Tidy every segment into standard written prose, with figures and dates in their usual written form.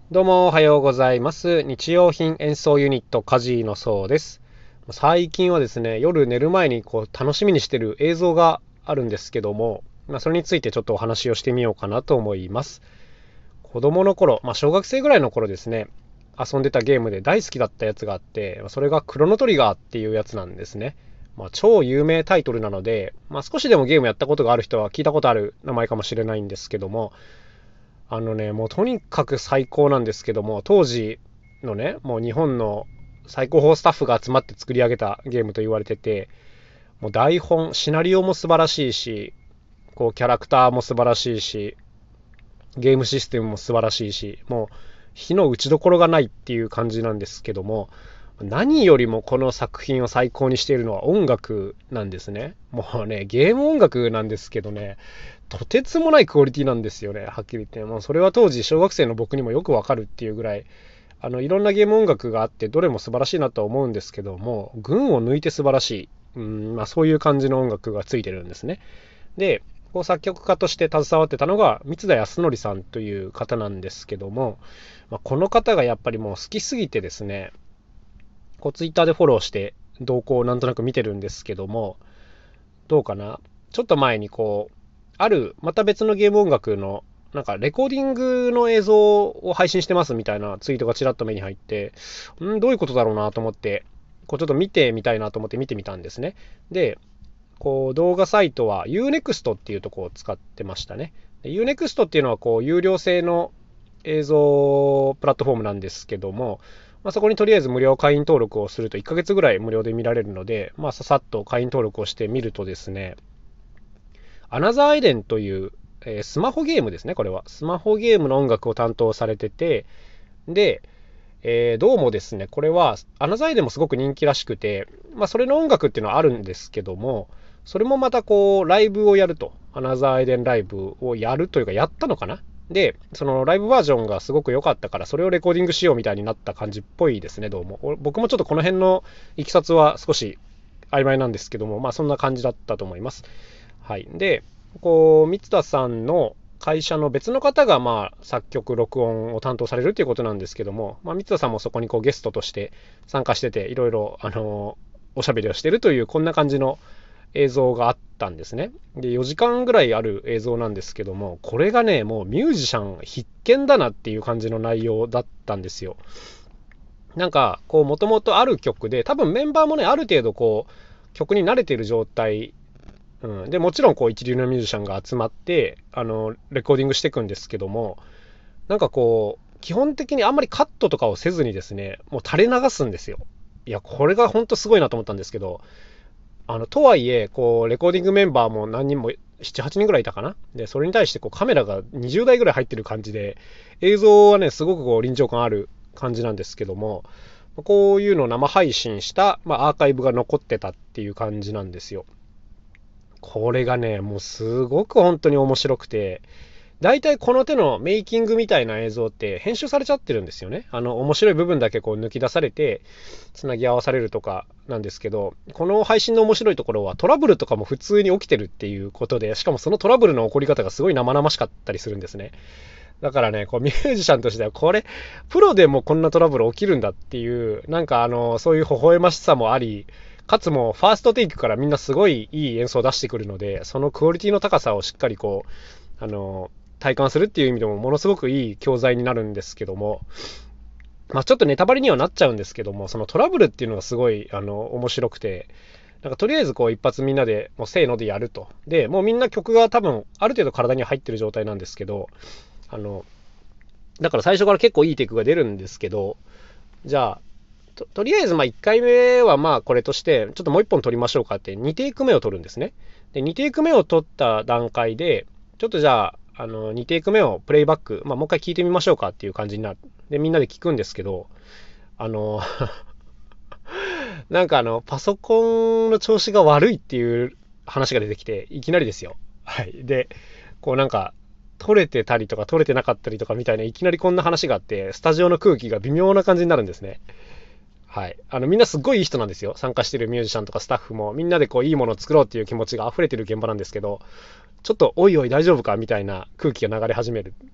どうもおはようございます。日用品演奏ユニットカジーのそうです。最近はですね、夜寝る前に楽しみにしてる映像があるんですけども、それについてちょっとお話をしてみようかなと思います。子供の頃、小学生ぐらいの頃ですね、遊んでたゲームで大好きだったやつがあって、それがクロノトリガーっていうやつなんですね。超有名タイトルなので、少しでもゲームやったことがある人は聞いたことある名前かもしれないんですけども、もうとにかく最高なんですけども、当時のね、もう日本の最高峰スタッフが集まって作り上げたゲームと言われてて、もう台本、シナリオも素晴らしいし、キャラクターも素晴らしいし、ゲームシステムも素晴らしいし、もう火の打ちどころがないっていう感じなんですけども、何よりもこの作品を最高にしているのは音楽なんですね。もうね、ゲーム音楽なんですけどね、とてつもないクオリティなんですよね、はっきり言って。もうそれは当時小学生の僕にもよくわかるっていうぐらい、いろんなゲーム音楽があってどれも素晴らしいなとは思うんですけども、群を抜いて素晴らしい、そういう感じの音楽がついてるんですね。で、作曲家として携わってたのが三田康則さんという方なんですけども、この方がやっぱりもう好きすぎてですね、ツイッターでフォローして動向をなんとなく見てるんですけども、どうかな、ちょっと前にあるまた別のゲーム音楽のなんかレコーディングの映像を配信してますみたいなツイートがちらっと目に入って、どういうことだろうなと思って、ちょっと見てみたいなと思って見てみたんですね。で、動画サイトは Unext っていうところを使ってましたね。Unext っていうのは有料制の映像プラットフォームなんですけども、そこにとりあえず無料会員登録をすると1ヶ月ぐらい無料で見られるので、ささっと会員登録をしてみるとですね、アナザーエデンという、スマホゲームですね、これは。スマホゲームの音楽を担当されてて、で、どうもですね、これはアナザーエデンもすごく人気らしくて、それの音楽っていうのはあるんですけども、それもまたライブをやると、アナザーエデンライブをやるというか、やったのかな。で、そのライブバージョンがすごく良かったから、それをレコーディングしようみたいになった感じっぽいですね、どうも。僕もちょっとこの辺のいきさつは少し曖昧なんですけども、そんな感じだったと思います。はい。で、三田さんの会社の別の方が作曲録音を担当されるということなんですけども、三田さんもそこにゲストとして参加してて、いろいろおしゃべりをしてるというこんな感じの映像があったんですね。で、4時間ぐらいある映像なんですけども、これがね、もうミュージシャン必見だなっていう感じの内容だったんですよ。なんかもともとある曲で、多分メンバーもね、ある程度曲に慣れている状態、でもちろん一流のミュージシャンが集まってレコーディングしていくんですけども、なんか基本的にあんまりカットとかをせずにですね、もう垂れ流すんですよ。いや、これが本当すごいなと思ったんですけど、とはいえレコーディングメンバーも何人も7、8人ぐらいいたかな。で、それに対してカメラが20台ぐらい入ってる感じで、映像はね、すごく臨場感ある感じなんですけども、こういうのを生配信した、アーカイブが残ってたっていう感じなんですよ。これがね、もうすごく本当に面白くて、大体この手のメイキングみたいな映像って編集されちゃってるんですよね。面白い部分だけ抜き出されて、つなぎ合わされるとかなんですけど、この配信の面白いところはトラブルとかも普通に起きてるっていうことで、しかもそのトラブルの起こり方がすごい生々しかったりするんですね。だからね、ミュージシャンとしては、これ、プロでもこんなトラブル起きるんだっていう、なんかそういう微笑ましさもあり、かつもうファーストテイクからみんなすごいいい演奏を出してくるので、そのクオリティの高さをしっかり体感するっていう意味でもものすごくいい教材になるんですけども、ちょっとネタバレにはなっちゃうんですけども、そのトラブルっていうのがすごい面白くて、なんかとりあえず一発みんなでもうせーのでやると。で、もうみんな曲が多分ある程度体に入ってる状態なんですけど、あの、だから最初から結構いいテクが出るんですけど、じゃあ、とりあえず1回目はこれとして、ちょっともう1本取りましょうかって2テイク目を取るんですね。で、2テイク目を取った段階で、ちょっとじゃあ、2テイク目をプレイバック、もう一回聞いてみましょうかっていう感じになる。で、みんなで聞くんですけど、あの、なんかパソコンの調子が悪いっていう話が出てきて、いきなりですよ。はい。で、なんか、取れてたりとか取れてなかったりとかみたいな、いきなりこんな話があって、スタジオの空気が微妙な感じになるんですね。はい。みんなすっごいいい人なんですよ。参加してるミュージシャンとかスタッフも、みんなでいいものを作ろうっていう気持ちが溢れてる現場なんですけど、ちょっとおいおい大丈夫かみたいな空気が流れ始める。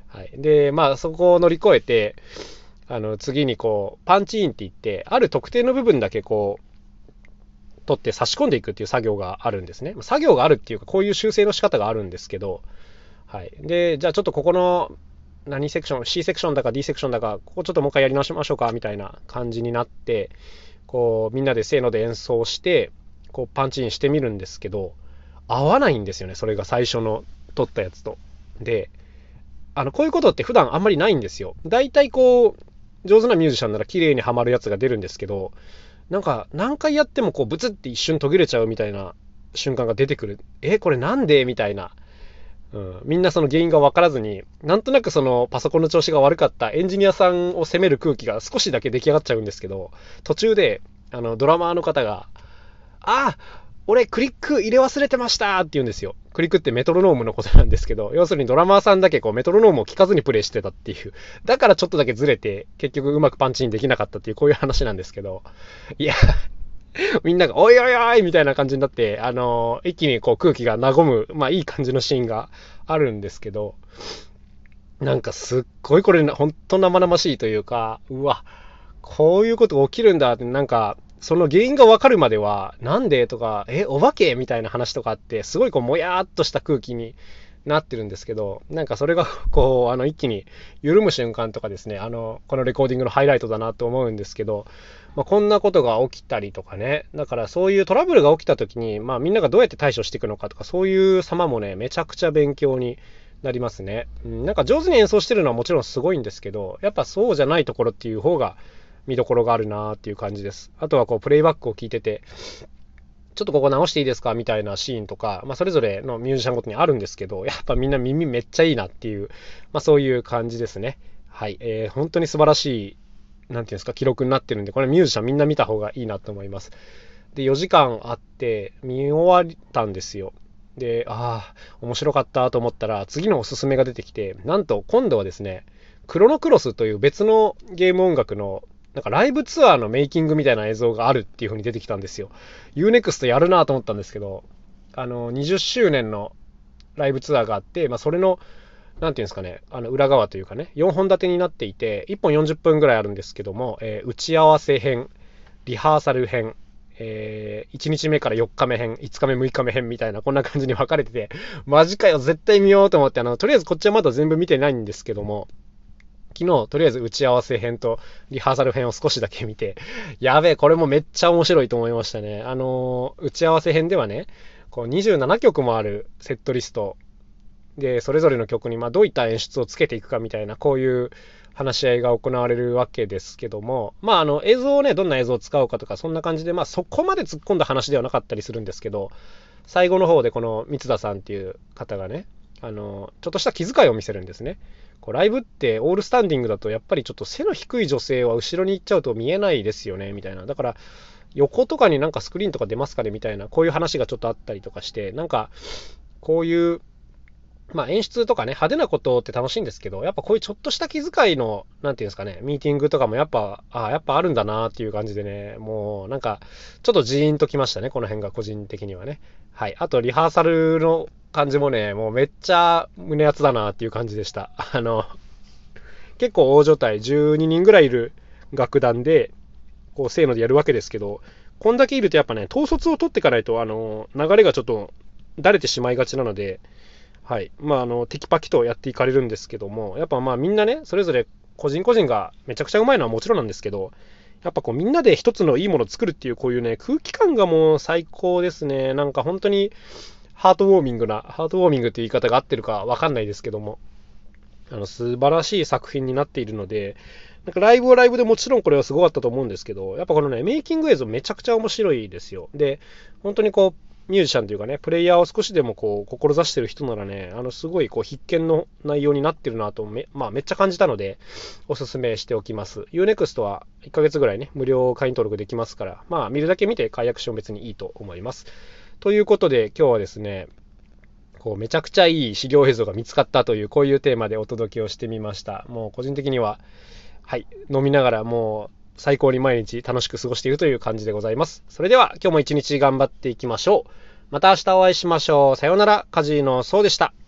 はい。で、まあそこを乗り越えて、次にこう、パンチインって言って、ある特定の部分だけこう、取って差し込んでいくっていう作業があるんですね。作業があるっていうか、こういう修正の仕方があるんですけど、はい。で、じゃあちょっとここの何セクション、C セクションだか D セクションだか、ここちょっともう一回やり直しましょうか、みたいな感じになって、こう、みんなでせーので演奏して、こう、パンチインしてみるんですけど、合わないんですよね、それが最初の撮ったやつと。で、こういうことって普段あんまりないんですよ。大体こう、上手なミュージシャンなら綺麗にはまるやつが出るんですけど、なんか何回やってもこうブツって一瞬途切れちゃうみたいな瞬間が出てくる。これなんでみたいな。みんなその原因が分からずに、なんとなくそのパソコンの調子が悪かったエンジニアさんを責める空気が少しだけ出来上がっちゃうんですけど、途中でドラマーの方が、ああ、俺クリック入れ忘れてましたって言うんですよ。クリックってメトロノームのことなんですけど、要するにドラマーさんだけこうメトロノームを聞かずにプレイしてたっていう。だからちょっとだけずれて、結局うまくパンチにできなかったっていう、こういう話なんですけど。いや、みんなが、おいおいおいみたいな感じになって、一気にこう空気が和む、まあいい感じのシーンがあるんですけど、なんかすっごいこれ、本当生々しいというか、うわ、こういうこと起きるんだって、なんか、その原因がわかるまでは、なんでとか、お化けみたいな話とかあって、すごいこう、もやーっとした空気になってるんですけど、なんかそれが、こう、一気に緩む瞬間とかですね、このレコーディングのハイライトだなと思うんですけど、まあ、こんなことが起きたりとかね、だからそういうトラブルが起きた時に、まあみんながどうやって対処していくのかとか、そういう様もね、めちゃくちゃ勉強になりますね。なんか上手に演奏してるのはもちろんすごいんですけど、やっぱそうじゃないところっていう方が見どころがあるなっていう感じです。あとはこうプレイバックを聞いてて、ちょっとここ直していいですかみたいなシーンとか、まあそれぞれのミュージシャンごとにあるんですけど、やっぱみんな耳めっちゃいいなっていう、まあそういう感じですね。はい。本当に素晴らしい、なんていうんですか、記録になってるんで、これミュージシャンみんな見た方がいいなと思います。で、4時間あって見終わったんですよ。で、面白かったと思ったら、次のおすすめが出てきて、なんと今度はですね、クロノクロスという別のゲーム音楽の、なんかライブツアーのメイキングみたいな映像があるっていう風に出てきたんですよ。UNEXT やるなと思ったんですけど、20周年のライブツアーがあって、まあ、それの、なんていうんですかね、裏側というかね、4本立てになっていて、1本40分ぐらいあるんですけども、打ち合わせ編、リハーサル編、1日目から4日目編、5日目、6日目編みたいな、こんな感じに分かれてて、マジかよ、絶対見ようと思って、とりあえずこっちはまだ全部見てないんですけども、昨日、とりあえず打ち合わせ編とリハーサル編を少しだけ見て、やべえ、これもめっちゃ面白いと思いましたね。打ち合わせ編ではね、こう27曲もあるセットリストで、それぞれの曲にまあどういった演出をつけていくかみたいな、こういう話し合いが行われるわけですけども、まあ映像をね、どんな映像を使うかとか、そんな感じで、まあそこまで突っ込んだ話ではなかったりするんですけど、最後の方でこの三田さんっていう方がね、ちょっとした気遣いを見せるんですね。こうライブってオールスタンディングだとやっぱりちょっと背の低い女性は後ろに行っちゃうと見えないですよねみたいな。だから横とかになんかスクリーンとか出ますかねみたいな、こういう話がちょっとあったりとかして、なんかこういうまあ演出とかね、派手なことって楽しいんですけど、やっぱこういうちょっとした気遣いの、なんていうんですかね、ミーティングとかもやっぱあるんだなっていう感じでね、もうなんか、ちょっとジーンときましたね、この辺が個人的にはね。はい。あと、リハーサルの感じもね、もうめっちゃ胸熱だなっていう感じでした。結構大所帯、12人ぐらいいる楽団で、こう、せーのでやるわけですけど、こんだけいるとやっぱね、統率を取っていかないと、流れがちょっと、だれてしまいがちなので、はい。まあ、テキパキとやっていかれるんですけども、やっぱまあみんなね、それぞれ個人個人がめちゃくちゃうまいのはもちろんなんですけど、やっぱこうみんなで一つのいいものを作るっていうこういうね、空気感がもう最高ですね。なんか本当にハートウォーミングっていう言い方が合ってるかわかんないですけども、素晴らしい作品になっているので、なんかライブはライブでもちろんこれはすごかったと思うんですけど、やっぱこのね、メイキング映像めちゃくちゃ面白いですよ。で、本当にこう、ミュージシャンというかね、プレイヤーを少しでもこう、志してる人ならね、すごいこう、必見の内容になってるなとまあ、めっちゃ感じたので、おすすめしておきます。Unext は1ヶ月ぐらいね、無料会員登録できますから、まあ、見るだけ見て解約しても別にいいと思います。ということで、今日はですね、こうめちゃくちゃいい資料映像が見つかったというこういうテーマでお届けをしてみました。もう個人的にははい飲みながらもう最高に毎日楽しく過ごしているという感じでございます。それでは今日も一日頑張っていきましょう。また明日お会いしましょう。さようなら。カジノそうでした。